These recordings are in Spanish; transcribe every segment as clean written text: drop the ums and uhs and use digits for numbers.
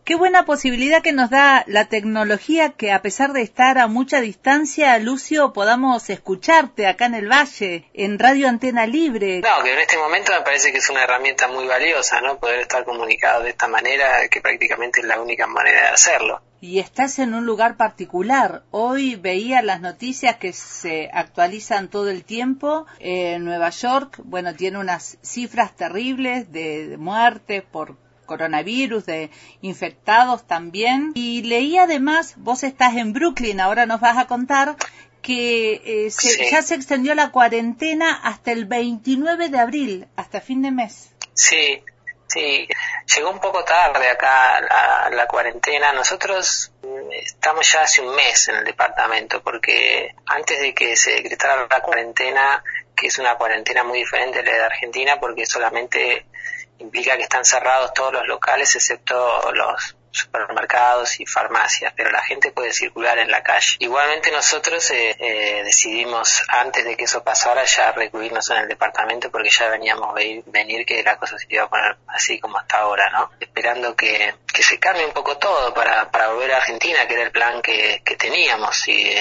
Qué buena posibilidad que nos da la tecnología que a pesar de estar a mucha distancia, Lucio, podamos escucharte acá en el Valle, en Radio Antena Libre. No, que en este momento me parece que es una herramienta muy valiosa, ¿no? Poder estar comunicado de esta manera, que prácticamente es la única manera de hacerlo. Y estás en un lugar particular. Hoy veía las noticias que se actualizan todo el tiempo. Nueva York, bueno, tiene unas cifras terribles de muertes por coronavirus, de infectados también. Y leí además, vos estás en Brooklyn, ahora nos vas a contar, que ya se extendió la cuarentena hasta el 29 de abril, hasta fin de mes. Sí, llegó un poco tarde acá la cuarentena. Nosotros estamos ya hace un mes en el departamento, porque antes de que se decretara la cuarentena, que es una cuarentena muy diferente a la de Argentina, porque solamente implica que están cerrados todos los locales excepto los supermercados y farmacias, pero la gente puede circular en la calle. Igualmente nosotros decidimos, antes de que eso pasara, ya recluirnos en el departamento, porque ya veníamos venir que la cosa se iba a poner así como hasta ahora, ¿no? Esperando que se cambie un poco todo para volver a Argentina, que era el plan que teníamos, y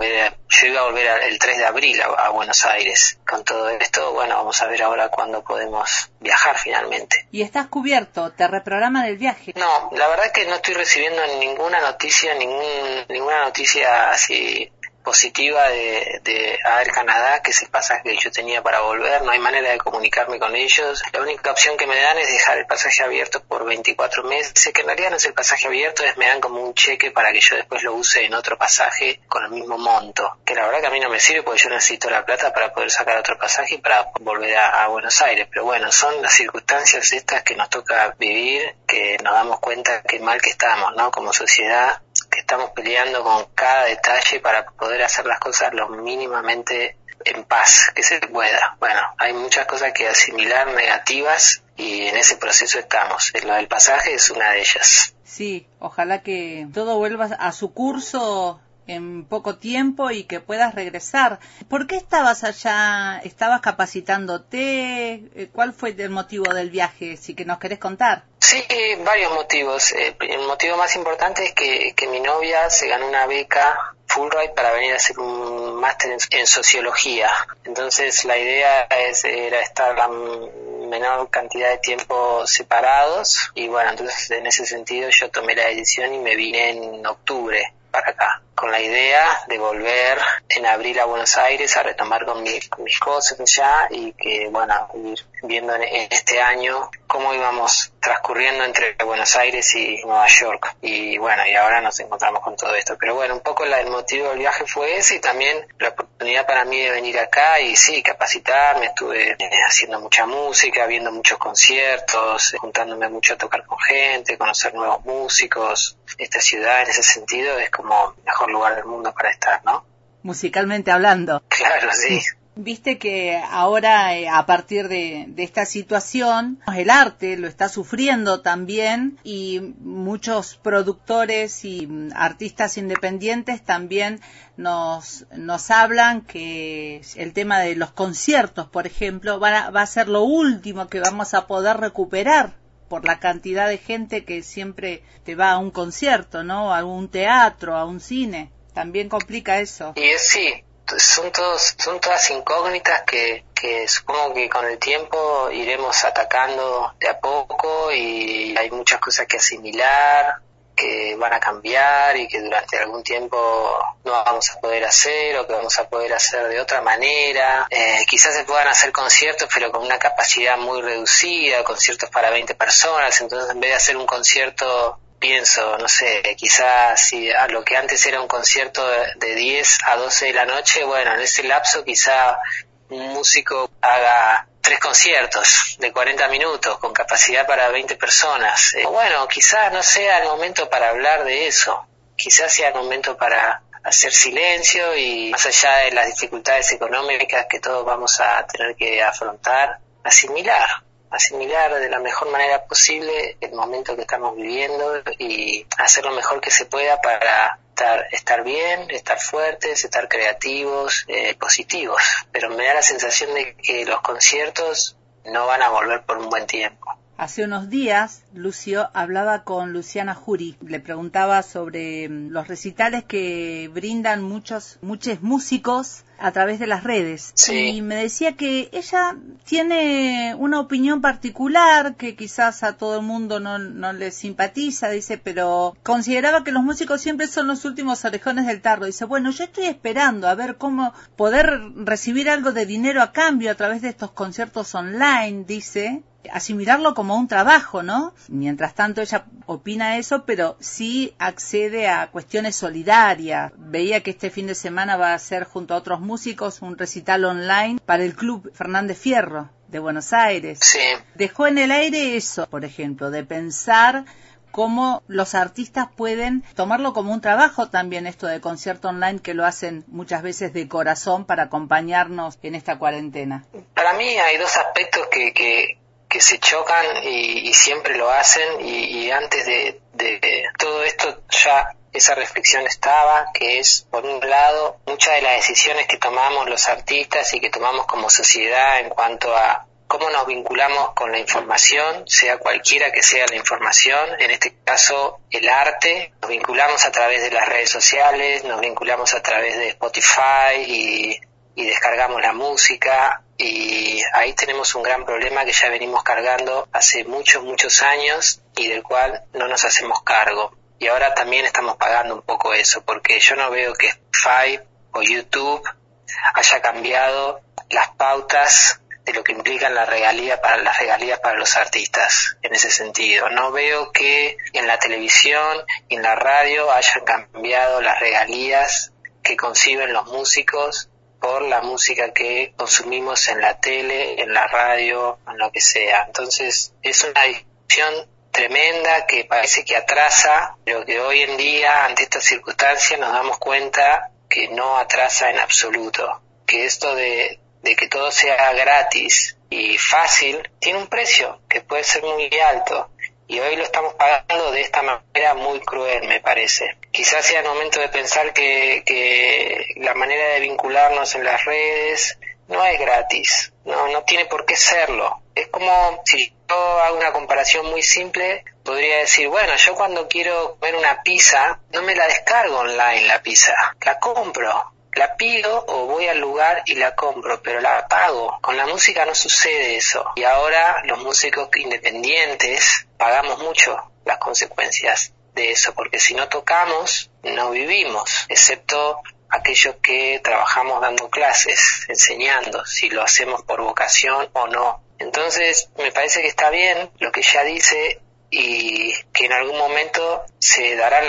yo iba a volver el 3 de abril a Buenos Aires. Con todo esto, bueno, vamos a ver ahora cuándo podemos viajar finalmente. ¿Y estás cubierto? ¿Te reprograman el viaje? No, la verdad es que no estoy recibiendo ninguna noticia, ninguna noticia así positiva de Air Canada, que es el pasaje que yo tenía para volver. No hay manera de comunicarme con ellos. La única opción que me dan es dejar el pasaje abierto por 24 meses, que en realidad no es el pasaje abierto, me dan como un cheque para que yo después lo use en otro pasaje con el mismo monto, que la verdad que a mí no me sirve porque yo necesito la plata para poder sacar otro pasaje y para volver a Buenos Aires. Pero bueno, son las circunstancias estas que nos toca vivir, que nos damos cuenta que mal que estamos, ¿no? Como sociedad, que estamos peleando con cada detalle para poder hacer las cosas lo mínimamente en paz que se pueda. Bueno, hay muchas cosas que asimilar negativas y en ese proceso estamos. Lo del pasaje es una de ellas. Sí, ojalá que todo vuelva a su curso en poco tiempo y que puedas regresar. ¿Por qué estabas allá? ¿Estabas capacitándote? ¿Cuál fue el motivo del viaje? Si que nos querés contar. Sí, varios motivos. El motivo más importante es que mi novia se ganó una beca Fulbright para venir a hacer un máster en sociología. Entonces la idea era estar la menor cantidad de tiempo separados, y bueno, entonces en ese sentido yo tomé la decisión y me vine en octubre para acá, con la idea de volver en abril a Buenos Aires a retomar con mis cosas ya, y que bueno, ir viendo en este año cómo íbamos transcurriendo entre Buenos Aires y Nueva York. Y bueno, y ahora nos encontramos con todo esto. Pero bueno, un poco el motivo del viaje fue ese, y también la oportunidad para mí de venir acá y sí, capacitarme. Estuve haciendo mucha música, viendo muchos conciertos, juntándome mucho a tocar con gente, conocer nuevos músicos. Esta ciudad en ese sentido es como el mejor lugar del mundo para estar, ¿no? Musicalmente hablando. Claro, sí. Viste que ahora, a partir de esta situación, el arte lo está sufriendo también, y muchos productores y artistas independientes también nos hablan que el tema de los conciertos, por ejemplo, va a ser lo último que vamos a poder recuperar por la cantidad de gente que siempre te va a un concierto, ¿no? A un teatro, a un cine. También complica eso. Y sí. Son todas incógnitas que supongo que con el tiempo iremos atacando de a poco, y hay muchas cosas que asimilar, que van a cambiar y que durante algún tiempo no vamos a poder hacer, o que vamos a poder hacer de otra manera. Quizás se puedan hacer conciertos pero con una capacidad muy reducida, conciertos para 20 personas, entonces en vez de hacer un concierto, pienso, no sé, quizás si a lo que antes era un concierto de 10 a 12 de la noche, bueno, en ese lapso quizá un músico haga 3 conciertos de 40 minutos con capacidad para 20 personas. Bueno, quizás no sea el momento para hablar de eso, quizás sea el momento para hacer silencio, y más allá de las dificultades económicas que todos vamos a tener que afrontar, asimilar de la mejor manera posible el momento que estamos viviendo y hacer lo mejor que se pueda para estar bien, estar fuertes, estar creativos, positivos. Pero me da la sensación de que los conciertos no van a volver por un buen tiempo. Hace unos días, Lucio hablaba con Luciana Jury. Le preguntaba sobre los recitales que brindan muchos músicos a través de las redes. Sí. Y me decía que ella tiene una opinión particular que quizás a todo el mundo no le simpatiza, dice, pero consideraba que los músicos siempre son los últimos orejones del tarro. Dice, bueno, yo estoy esperando a ver cómo poder recibir algo de dinero a cambio a través de estos conciertos online, dice, asimilarlo como un trabajo, ¿no? Mientras tanto ella opina eso, pero sí accede a cuestiones solidarias. Veía que este fin de semana va a hacer junto a otros músicos un recital online para el Club Fernández Fierro de Buenos Aires. Sí. Dejó en el aire eso, por ejemplo, de pensar cómo los artistas pueden tomarlo como un trabajo también, esto de concierto online, que lo hacen muchas veces de corazón para acompañarnos en esta cuarentena. Para mí hay dos aspectos que se chocan y siempre lo hacen, y antes de todo esto ya esa reflexión estaba, que es, por un lado, muchas de las decisiones que tomamos los artistas y que tomamos como sociedad en cuanto a cómo nos vinculamos con la información, sea cualquiera que sea la información, en este caso el arte, nos vinculamos a través de las redes sociales, nos vinculamos a través de Spotify y descargamos la música, y ahí tenemos un gran problema que ya venimos cargando hace muchos años y del cual no nos hacemos cargo. Y ahora también estamos pagando un poco eso, porque yo no veo que Spotify o YouTube haya cambiado las pautas de lo que implican las regalías para los artistas en ese sentido. No veo que en la televisión y en la radio hayan cambiado las regalías que conciben los músicos por la música que consumimos en la tele, en la radio, en lo que sea. Entonces es una discusión tremenda que parece que atrasa, pero que hoy en día, ante estas circunstancias, nos damos cuenta que no atrasa en absoluto, que esto de que todo sea gratis y fácil tiene un precio que puede ser muy alto, y hoy lo estamos pagando de esta manera muy cruel, me parece. Quizás sea el momento de pensar que la manera de vincularnos en las redes no es gratis, no tiene por qué serlo. Es como, si yo hago una comparación muy simple, podría decir, bueno, yo cuando quiero comer una pizza, no me la descargo online la pizza, la compro. La pido o voy al lugar y la compro, pero la pago. Con la música no sucede eso. Y ahora los músicos independientes pagamos mucho las consecuencias de eso, porque si no tocamos, no vivimos, excepto aquellos que trabajamos dando clases, enseñando, si lo hacemos por vocación o no. Entonces, me parece que está bien lo que ella dice, y que en algún momento se dará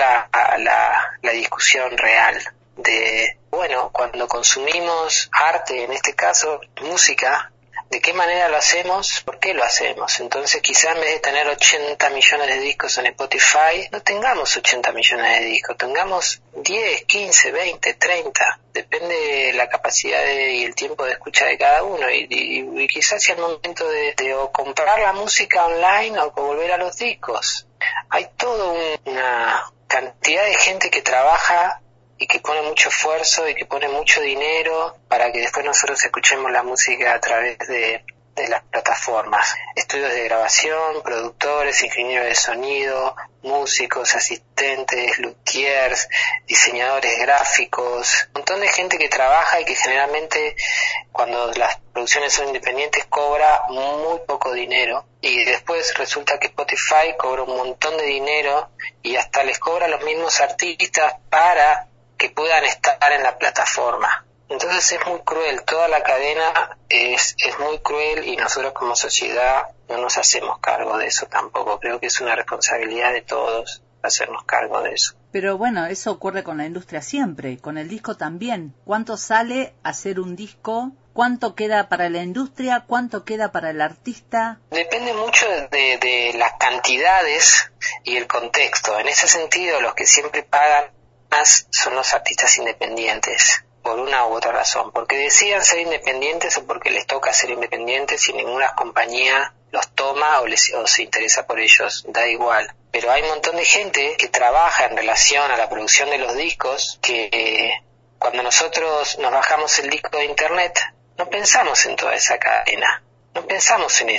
la discusión real de, bueno, cuando consumimos arte, en este caso música, ¿de qué manera lo hacemos? ¿Por qué lo hacemos? Entonces quizás en vez de tener 80 millones de discos en Spotify, no tengamos 80 millones de discos, tengamos 10, 15, 20, 30, depende de la capacidad y el tiempo de escucha de cada uno, y quizás sea el momento de o comprar la música online o volver a los discos. Hay toda una cantidad de gente que trabaja y que pone mucho esfuerzo y que pone mucho dinero para que después nosotros escuchemos la música a través de las plataformas. Estudios de grabación, productores, ingenieros de sonido, músicos, asistentes, luthiers, diseñadores gráficos, un montón de gente que trabaja y que generalmente, cuando las producciones son independientes, cobra muy poco dinero, y después resulta que Spotify cobra un montón de dinero y hasta les cobra a los mismos artistas para que puedan estar en la plataforma. Entonces es muy cruel, toda la cadena es muy cruel, y nosotros como sociedad no nos hacemos cargo de eso tampoco. Creo que es una responsabilidad de todos hacernos cargo de eso. Pero bueno, eso ocurre con la industria siempre, con el disco también. ¿Cuánto sale hacer un disco? ¿Cuánto queda para la industria? ¿Cuánto queda para el artista? Depende mucho de las cantidades y el contexto. En ese sentido, los que siempre pagan más son los artistas independientes, por una u otra razón, porque decidan ser independientes o porque les toca ser independientes y ninguna compañía los toma o se interesa por ellos, da igual. Pero hay un montón de gente que trabaja en relación a la producción de los discos, que cuando nosotros nos bajamos el disco de internet, no pensamos en toda esa cadena, no pensamos en eso.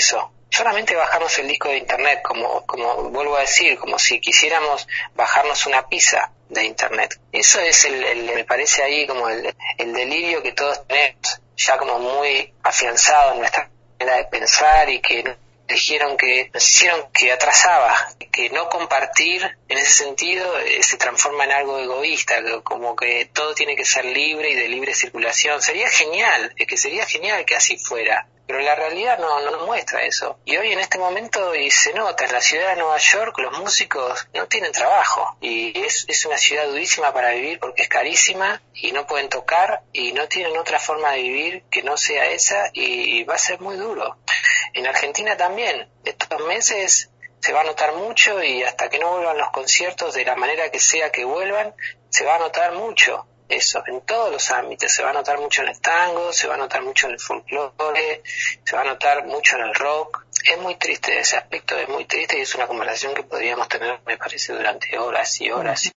solamente bajarnos el disco de internet, como vuelvo a decir, como si quisiéramos bajarnos una pizza de internet. Eso es me parece ahí como el delirio que todos tenemos, ya como muy afianzado en nuestra manera de pensar, y que nos hicieron que atrasaba, que no compartir en ese sentido se transforma en algo egoísta, como que todo tiene que ser libre y de libre circulación. Sería genial que así fuera, pero la realidad no nos muestra eso. Y hoy en este momento, y se nota, en la ciudad de Nueva York los músicos no tienen trabajo, y es una ciudad durísima para vivir porque es carísima y no pueden tocar y no tienen otra forma de vivir que no sea esa, y va a ser muy duro. En Argentina también, estos meses se va a notar mucho, y hasta que no vuelvan los conciertos de la manera que sea que vuelvan, se va a notar mucho eso, en todos los ámbitos. Se va a notar mucho en el tango, se va a notar mucho en el folclore, se va a notar mucho en el rock. Es muy triste, ese aspecto es muy triste, y es una conversación que podríamos tener, me parece, durante horas y horas.